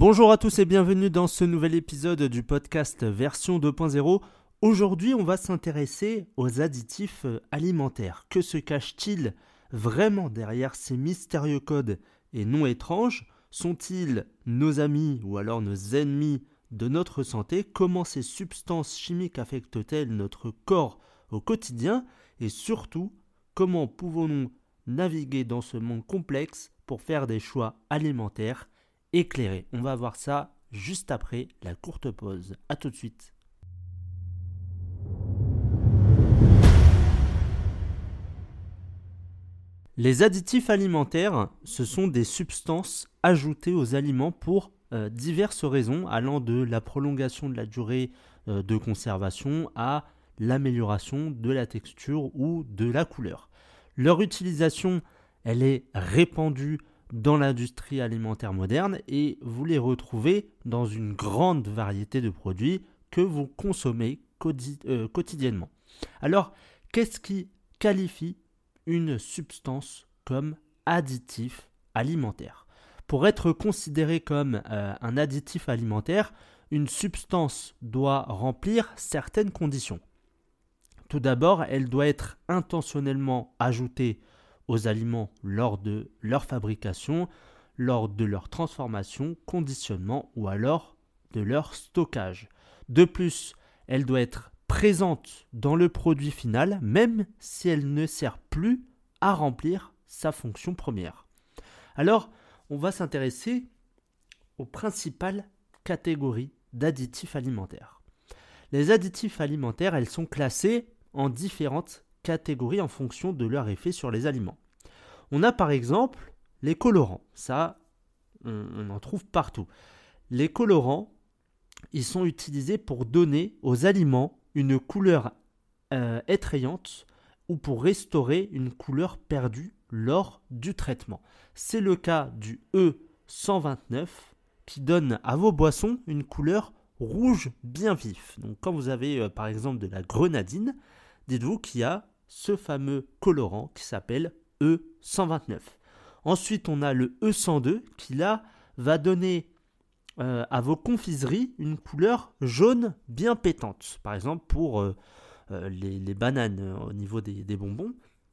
Bonjour à tous et bienvenue dans ce nouvel épisode du podcast version 2.0. Aujourd'hui, on va s'intéresser aux additifs alimentaires. Que se cache-t-il vraiment derrière ces mystérieux codes et noms étranges ? Sont-ils nos amis ou alors nos ennemis de notre santé ? Comment ces substances chimiques affectent-elles notre corps au quotidien ? Et surtout, comment pouvons-nous naviguer dans ce monde complexe pour faire des choix alimentaires éclairés ? On va voir ça juste après la courte pause. A tout de suite. Les additifs alimentaires, ce sont des substances ajoutées aux aliments pour diverses raisons, allant de la prolongation de la durée de conservation à l'amélioration de la texture ou de la couleur. Leur utilisation, elle est répandue dans l'industrie alimentaire moderne et vous les retrouvez dans une grande variété de produits que vous consommez quotidiennement. Alors, qu'est-ce qui qualifie une substance comme additif alimentaire ? Pour être considéré comme un additif alimentaire, une substance doit remplir certaines conditions. Tout d'abord, elle doit être intentionnellement ajoutée aux aliments lors de leur fabrication, lors de leur transformation, conditionnement ou alors de leur stockage. De plus, elle doit être présente dans le produit final, même si elle ne sert plus à remplir sa fonction première. Alors, on va s'intéresser aux principales catégories d'additifs alimentaires. Les additifs alimentaires, elles sont classées en différentes catégories en fonction de leur effet sur les aliments. On a par exemple les colorants, ça on en trouve partout. Les colorants, ils sont utilisés pour donner aux aliments une couleur attrayante ou pour restaurer une couleur perdue lors du traitement. C'est le cas du E129 qui donne à vos boissons une couleur rouge bien vif. Donc quand vous avez par exemple de la grenadine, dites-vous qu'il y a ce fameux colorant qui s'appelle E129. Ensuite, on a le E102 qui là va donner à vos confiseries une couleur jaune bien pétante. Par exemple pour les bananes au niveau des bonbons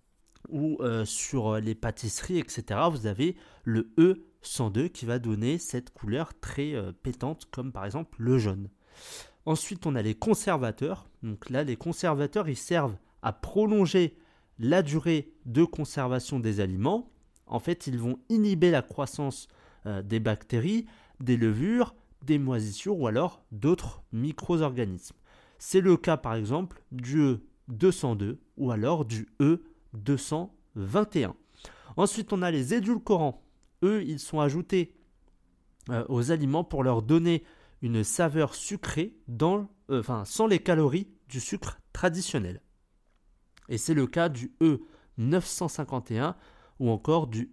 ou sur les pâtisseries, etc. Vous avez le E102 qui va donner cette couleur très pétante comme par exemple le jaune. Ensuite, on a les conservateurs. Donc là, les conservateurs, ils servent à prolonger la durée de conservation des aliments. En fait, ils vont inhiber la croissance des bactéries, des levures, des moisissures ou alors d'autres micro-organismes. C'est le cas par exemple du E202 ou alors du E221. Ensuite, on a les édulcorants. Eux, ils sont ajoutés aux aliments pour leur donner une saveur sucrée sans les calories du sucre traditionnel. Et c'est le cas du E951 ou encore du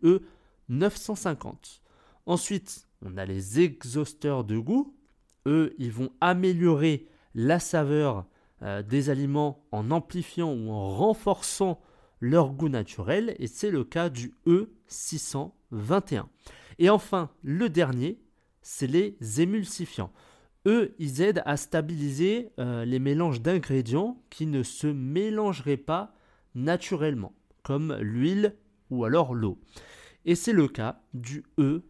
E950. Ensuite, on a les exhausteurs de goût. Eux, ils vont améliorer la saveur des aliments en amplifiant ou en renforçant leur goût naturel. Et c'est le cas du E621. Et enfin, le dernier, c'est les émulsifiants. Eux, ils aident à stabiliser les mélanges d'ingrédients qui ne se mélangeraient pas naturellement, comme l'huile ou alors l'eau. Et c'est le cas du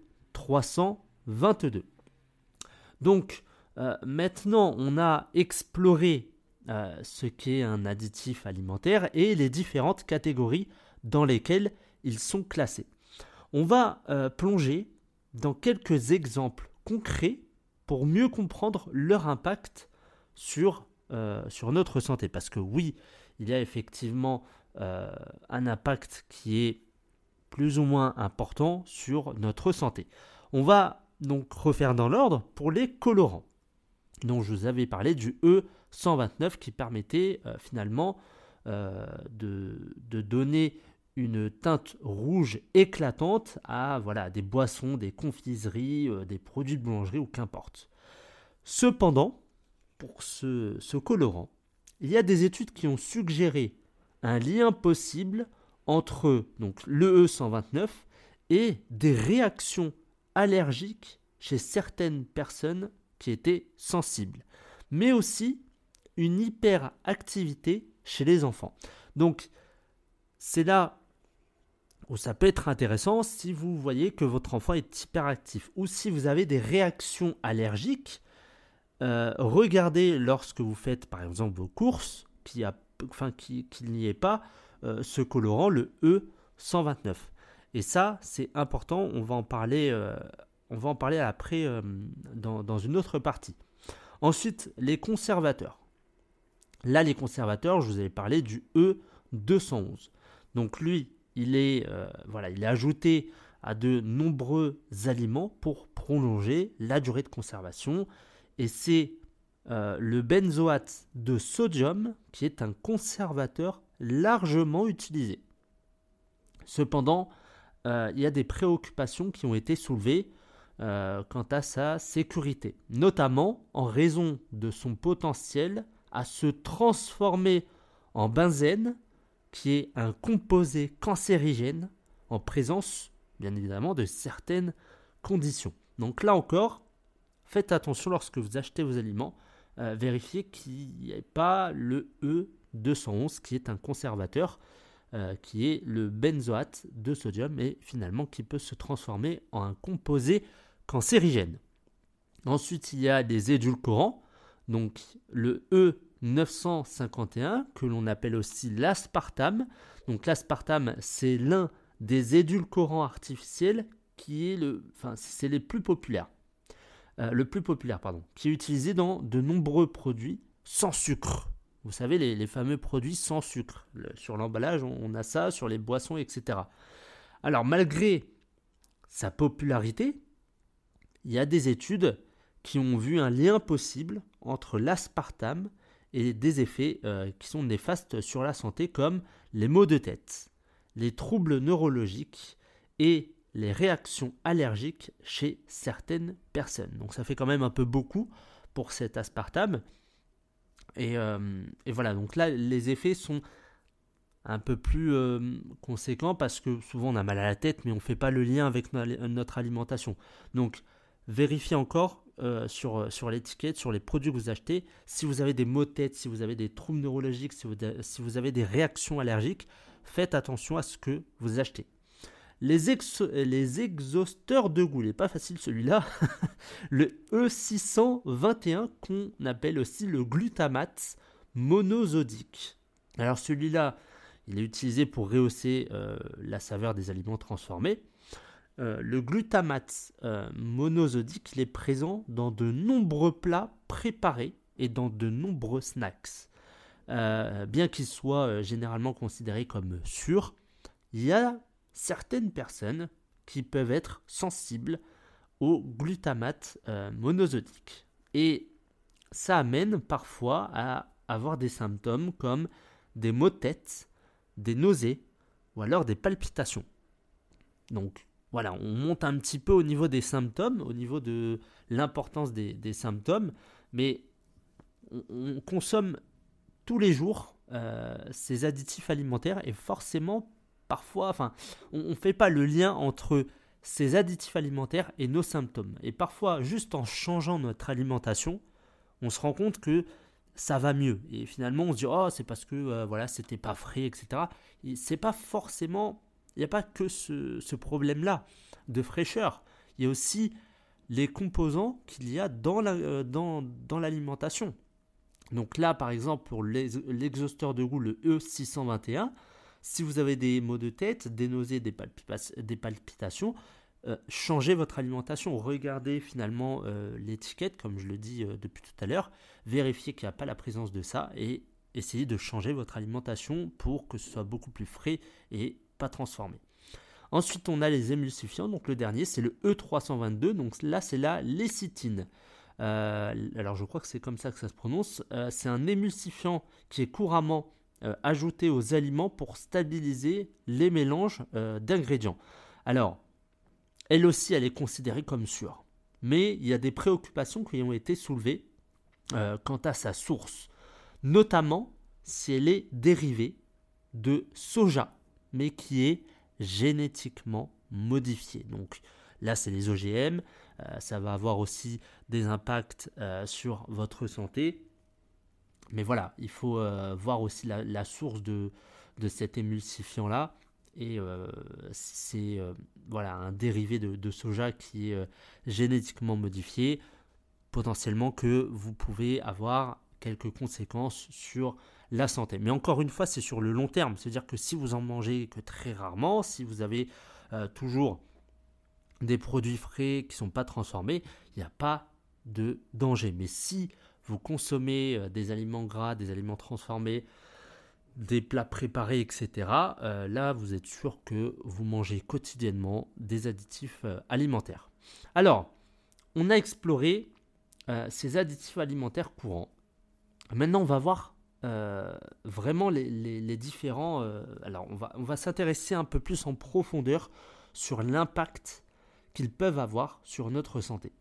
E322. Donc, maintenant, on a exploré ce qu'est un additif alimentaire et les différentes catégories dans lesquelles ils sont classés. On va plonger dans quelques exemples concrets pour mieux comprendre leur impact sur notre santé. Parce que oui, il y a effectivement un impact qui est plus ou moins important sur notre santé. On va donc refaire dans l'ordre pour les colorants, dont je vous avais parlé du E129 qui permettait finalement de donner une teinte rouge éclatante à des boissons, des confiseries, des produits de boulangerie ou qu'importe. Cependant, pour ce colorant, il y a des études qui ont suggéré un lien possible entre donc, le E129 et des réactions allergiques chez certaines personnes qui étaient sensibles, mais aussi une hyperactivité chez les enfants. Donc, c'est là où ça peut être intéressant si vous voyez que votre enfant est hyperactif ou si vous avez des réactions allergiques. Regardez lorsque vous faites par exemple vos courses qu'il n'y ait pas ce colorant, le E129. Et ça, c'est important, on va en parler après dans une autre partie. Ensuite, les conservateurs. Là, les conservateurs, je vous avais parlé du E211. Donc lui, il est ajouté à de nombreux aliments pour prolonger la durée de conservation. Et c'est le benzoate de sodium qui est un conservateur largement utilisé. Cependant, il y a des préoccupations qui ont été soulevées quant à sa sécurité, notamment en raison de son potentiel à se transformer en benzène, qui est un composé cancérigène en présence, bien évidemment, de certaines conditions. Donc là encore, faites attention lorsque vous achetez vos aliments, vérifiez qu'il n'y ait pas le E211 qui est un conservateur, qui est le benzoate de sodium et finalement qui peut se transformer en un composé cancérigène. Ensuite, il y a des édulcorants, donc le E951 que l'on appelle aussi l'aspartame. Donc l'aspartame, c'est l'un des édulcorants artificiels qui est c'est le plus populaire, qui est utilisé dans de nombreux produits sans sucre. Vous savez, les fameux produits sans sucre. Sur l'emballage, on a ça, sur les boissons, etc. Alors, malgré sa popularité, il y a des études qui ont vu un lien possible entre l'aspartame et des effets qui sont néfastes sur la santé, comme les maux de tête, les troubles neurologiques et les réactions allergiques chez certaines personnes. Donc ça fait quand même un peu beaucoup pour cet aspartame. Et voilà, donc là, les effets sont un peu plus conséquents parce que souvent on a mal à la tête, mais on ne fait pas le lien avec notre alimentation. Donc, vérifiez encore sur l'étiquette, sur les produits que vous achetez, si vous avez des maux de tête, si vous avez des troubles neurologiques, si vous avez des réactions allergiques, faites attention à ce que vous achetez. Les exhausteurs de goût, il n'est pas facile celui-là, le E621 qu'on appelle aussi le glutamate monosodique. Alors celui-là, il est utilisé pour rehausser la saveur des aliments transformés. Le glutamate monosodique, il est présent dans de nombreux plats préparés et dans de nombreux snacks. Bien qu'il soit généralement considéré comme sûr, il y a certaines personnes qui peuvent être sensibles au glutamate monosodique. Et ça amène parfois à avoir des symptômes comme des maux de tête, des nausées ou alors des palpitations. Donc voilà, on monte un petit peu au niveau des symptômes, au niveau de l'importance des symptômes, mais on consomme tous les jours ces additifs alimentaires et forcément parfois, on ne fait pas le lien entre ces additifs alimentaires et nos symptômes. Et parfois, juste en changeant notre alimentation, on se rend compte que ça va mieux. Et finalement, on se dit, oh, c'est parce que c'était pas frais, etc. Et c'est pas forcément, il n'y a pas que ce problème-là de fraîcheur. Il y a aussi les composants qu'il y a dans l'alimentation. Donc là, par exemple, pour l'exhausteur de goût, le E621, si vous avez des maux de tête, des nausées, des palpitations, changez votre alimentation. Regardez finalement l'étiquette, comme je le dis depuis tout à l'heure. Vérifiez qu'il n'y a pas la présence de ça et essayez de changer votre alimentation pour que ce soit beaucoup plus frais et pas transformé. Ensuite, on a les émulsifiants. Donc le dernier, c'est le E322. Donc là, c'est la lécithine. Alors je crois que c'est comme ça que ça se prononce. C'est un émulsifiant qui est couramment ajouté aux aliments pour stabiliser les mélanges d'ingrédients. Alors, elle aussi, elle est considérée comme sûre. Mais il y a des préoccupations qui ont été soulevées quant à sa source. Notamment si elle est dérivée de soja, mais qui est génétiquement modifiée. Donc là, c'est les OGM. ça va avoir aussi des impacts sur votre santé. Mais voilà, il faut voir aussi la source de cet émulsifiant-là. Et c'est voilà, un dérivé de soja qui est génétiquement modifié, potentiellement que vous pouvez avoir quelques conséquences sur la santé. Mais encore une fois, c'est sur le long terme. C'est-à-dire que si vous en mangez que très rarement, si vous avez toujours des produits frais qui ne sont pas transformés, il n'y a pas de danger. Mais si vous consommez des aliments gras, des aliments transformés, des plats préparés, etc., là, vous êtes sûr que vous mangez quotidiennement des additifs alimentaires. Alors, on a exploré ces additifs alimentaires courants. Maintenant, on va voir vraiment les différents... alors, on va s'intéresser un peu plus en profondeur sur l'impact qu'ils peuvent avoir sur notre santé.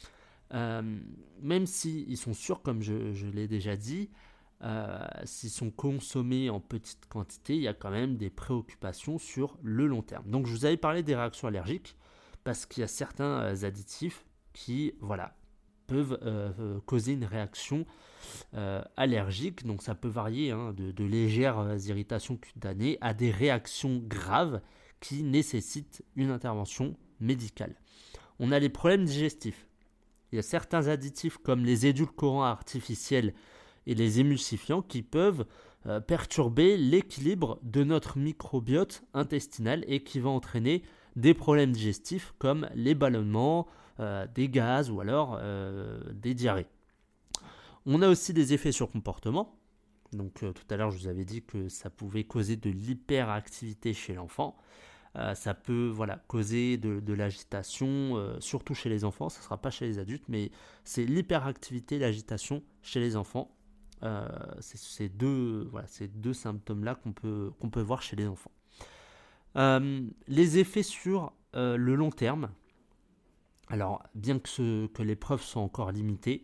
Même s'ils sont sûrs, comme je l'ai déjà dit, s'ils sont consommés en petite quantité, il y a quand même des préoccupations sur le long terme. Donc je vous avais parlé des réactions allergiques, parce qu'il y a certains additifs qui peuvent causer une réaction allergique. Donc ça peut varier de légères irritations cutanées à des réactions graves qui nécessitent une intervention médicale. On a les problèmes digestifs. Il y a certains additifs comme les édulcorants artificiels et les émulsifiants qui peuvent perturber l'équilibre de notre microbiote intestinal et qui va entraîner des problèmes digestifs comme les ballonnements, des gaz ou alors des diarrhées. On a aussi des effets sur comportement. Donc tout à l'heure je vous avais dit que ça pouvait causer de l'hyperactivité chez l'enfant. Ça peut causer de l'agitation, surtout chez les enfants. Ça ne sera pas chez les adultes, mais c'est l'hyperactivité, l'agitation chez les enfants. C'est ces deux symptômes-là qu'on peut voir chez les enfants. Les effets sur le long terme. Alors, bien que les preuves sont encore limitées,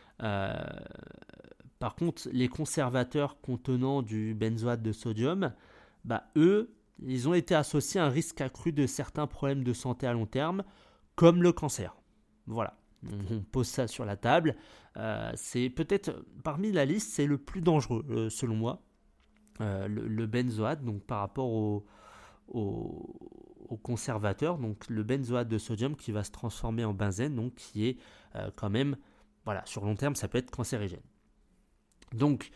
par contre, les conservateurs contenant du benzoate de sodium, eux, ils ont été associés à un risque accru de certains problèmes de santé à long terme, comme le cancer. Voilà, on pose ça sur la table. C'est peut-être, parmi la liste, c'est le plus dangereux, selon moi, le benzoate, donc par rapport au conservateur, donc le benzoate de sodium qui va se transformer en benzène, donc qui est quand même, sur long terme, ça peut être cancérigène. Donc,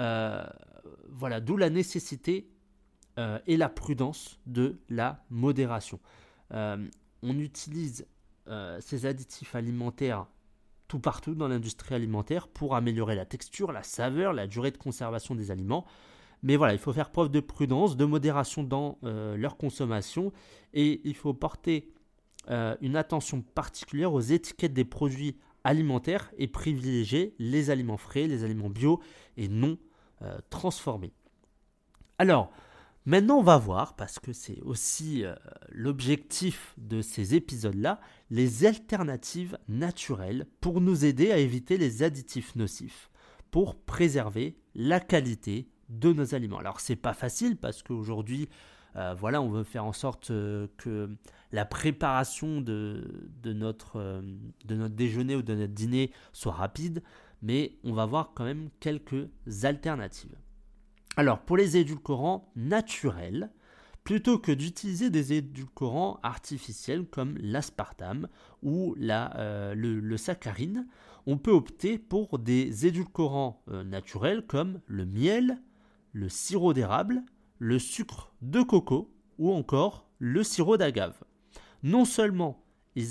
d'où la nécessité et la prudence de la modération. On utilise ces additifs alimentaires tout partout dans l'industrie alimentaire pour améliorer la texture, la saveur, la durée de conservation des aliments. Mais il faut faire preuve de prudence, de modération dans leur consommation et il faut porter une attention particulière aux étiquettes des produits alimentaires et privilégier les aliments frais, les aliments bio et non transformés. Alors, maintenant, on va voir, parce que c'est aussi l'objectif de ces épisodes-là, les alternatives naturelles pour nous aider à éviter les additifs nocifs, pour préserver la qualité de nos aliments. Alors, c'est pas facile parce qu'aujourd'hui, on veut faire en sorte que la préparation de notre déjeuner ou de notre dîner soit rapide, mais on va voir quand même quelques alternatives. Alors, pour les édulcorants naturels, plutôt que d'utiliser des édulcorants artificiels comme l'aspartame ou le saccharine, on peut opter pour des édulcorants naturels comme le miel, le sirop d'érable, le sucre de coco ou encore le sirop d'agave. Non seulement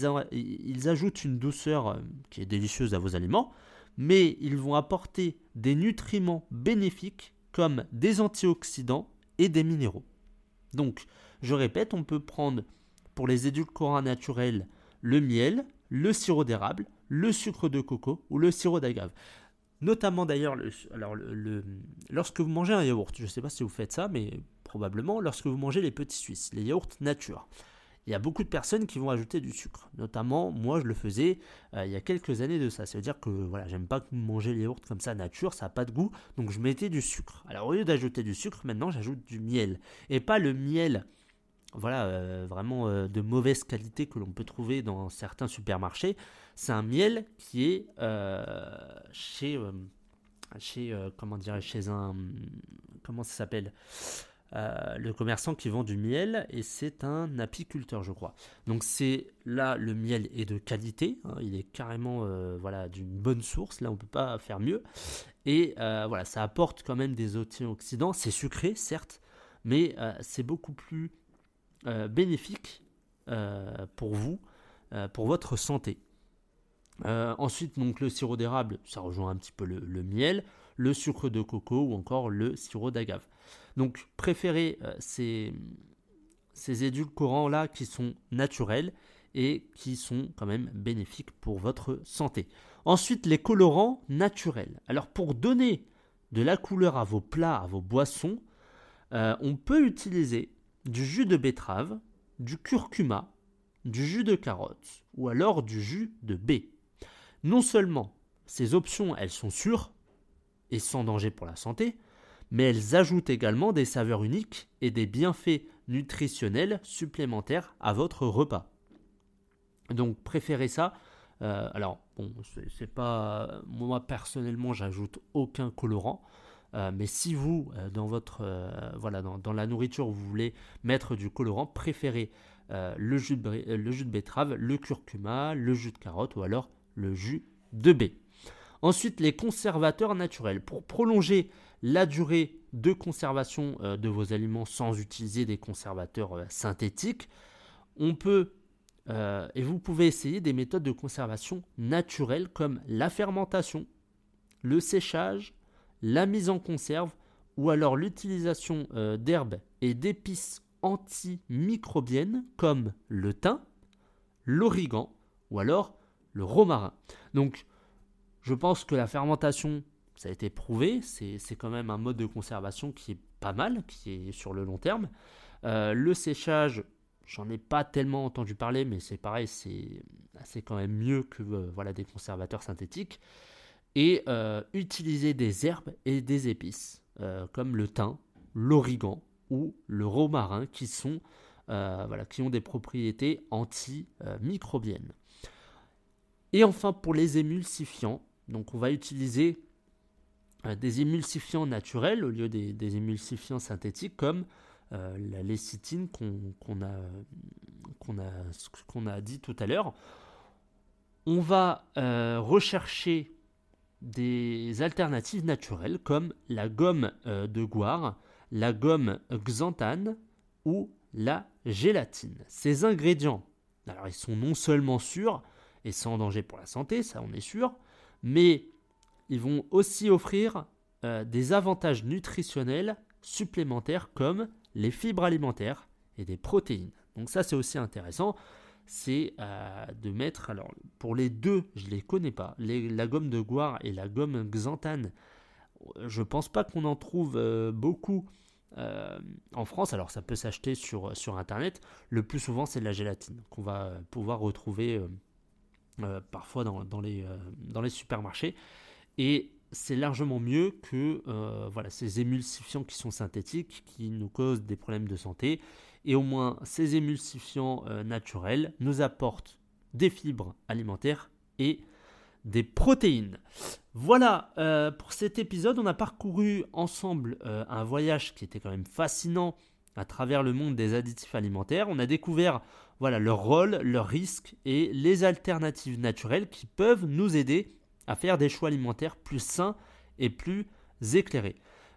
ils ajoutent une douceur qui est délicieuse à vos aliments, mais ils vont apporter des nutriments bénéfiques comme des antioxydants et des minéraux. Donc, je répète, on peut prendre pour les édulcorants naturels le miel, le sirop d'érable, le sucre de coco ou le sirop d'agave. Notamment d'ailleurs, lorsque vous mangez un yaourt, je ne sais pas si vous faites ça, mais probablement lorsque vous mangez les petits Suisses, les yaourts nature. Il y a beaucoup de personnes qui vont ajouter du sucre. Notamment, moi, je le faisais il y a quelques années de ça. Ça veut dire que j'aime pas manger les yaourts comme ça nature, ça n'a pas de goût. Donc, je mettais du sucre. Alors, au lieu d'ajouter du sucre, maintenant, j'ajoute du miel. Et pas le miel vraiment de mauvaise qualité que l'on peut trouver dans certains supermarchés. C'est un miel qui est chez un, comment ça s'appelle, le commerçant qui vend du miel, et c'est un apiculteur, je crois. Donc c'est là, le miel est de qualité, hein, il est carrément d'une bonne source, là on peut pas faire mieux, et ça apporte quand même des antioxydants. C'est sucré certes, mais c'est beaucoup plus bénéfique pour vous, pour votre santé. Ensuite, donc, le sirop d'érable, ça rejoint un petit peu le miel, le sucre de coco ou encore le sirop d'agave. Donc, préférez ces édulcorants-là qui sont naturels et qui sont quand même bénéfiques pour votre santé. Ensuite, les colorants naturels. Alors, pour donner de la couleur à vos plats, à vos boissons, on peut utiliser du jus de betterave, du curcuma, du jus de carotte ou alors du jus de baie. Non seulement ces options, elles sont sûres et sans danger pour la santé, mais elles ajoutent également des saveurs uniques et des bienfaits nutritionnels supplémentaires à votre repas. Donc préférez ça. C'est pas, moi personnellement, j'ajoute aucun colorant. Mais si vous, dans la nourriture, vous voulez mettre du colorant, préférez le jus de betterave, le curcuma, le jus de carotte ou alors le jus de baie. Ensuite, les conservateurs naturels. Pour prolonger la durée de conservation de vos aliments sans utiliser des conservateurs synthétiques, on peut et vous pouvez essayer des méthodes de conservation naturelles comme la fermentation, le séchage, la mise en conserve ou alors l'utilisation d'herbes et d'épices antimicrobiennes comme le thym, l'origan ou alors le romarin. Donc, je pense que la fermentation, ça a été prouvé, c'est quand même un mode de conservation qui est pas mal, qui est sur le long terme. Le séchage, j'en ai pas tellement entendu parler, mais c'est pareil, c'est quand même mieux que des conservateurs synthétiques. Et utiliser des herbes et des épices, comme le thym, l'origan ou le romarin, qui ont des propriétés antimicrobiennes. Et enfin, pour les émulsifiants, donc on va utiliser des émulsifiants naturels au lieu des émulsifiants synthétiques comme la lécithine qu'on a dit tout à l'heure. On va rechercher des alternatives naturelles comme la gomme de guar, la gomme xanthane ou la gélatine. Ces ingrédients, alors ils sont non seulement sûrs et sans danger pour la santé, ça on est sûr, mais ils vont aussi offrir des avantages nutritionnels supplémentaires comme les fibres alimentaires et des protéines. Donc ça c'est aussi intéressant, c'est de mettre, alors pour les deux je ne les connais pas, la gomme de guar et la gomme xanthane, je ne pense pas qu'on en trouve beaucoup en France. Alors ça peut s'acheter sur internet, le plus souvent c'est de la gélatine qu'on va pouvoir retrouver parfois dans les supermarchés, et c'est largement mieux que ces émulsifiants qui sont synthétiques, qui nous causent des problèmes de santé. Et au moins ces émulsifiants naturels nous apportent des fibres alimentaires et des protéines. Voilà pour cet épisode, on a parcouru ensemble un voyage qui était quand même fascinant à travers le monde des additifs alimentaires. On a découvert leur rôle, leurs risques et les alternatives naturelles qui peuvent nous aider à faire des choix alimentaires plus sains et plus éclairés.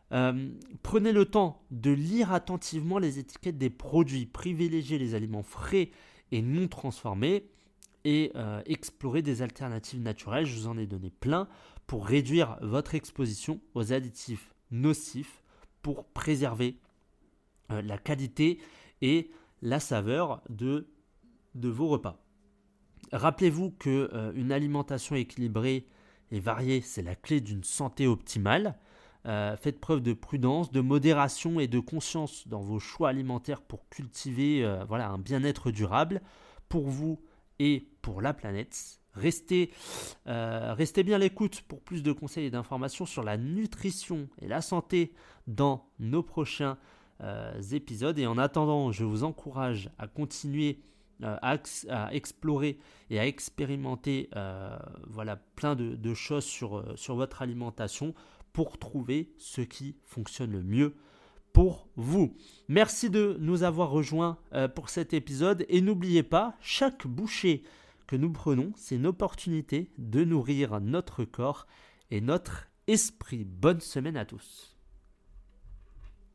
Prenez le temps de lire attentivement les étiquettes des produits, privilégiez les aliments frais et non transformés et explorez des alternatives naturelles. Je vous en ai donné plein pour réduire votre exposition aux additifs nocifs, pour préserver la qualité et la saveur de vos repas. Rappelez-vous qu'une alimentation équilibrée et variée, c'est la clé d'une santé optimale. Faites preuve de prudence, de modération et de conscience dans vos choix alimentaires pour cultiver un bien-être durable pour vous et pour la planète. Restez bien à l'écoute pour plus de conseils et d'informations sur la nutrition et la santé dans nos prochains épisodes. Et en attendant, je vous encourage à continuer à explorer et à expérimenter plein de choses sur votre alimentation pour trouver ce qui fonctionne le mieux pour vous. Merci de nous avoir rejoints pour cet épisode et n'oubliez pas, chaque bouchée que nous prenons, c'est une opportunité de nourrir notre corps et notre esprit. Bonne semaine à tous.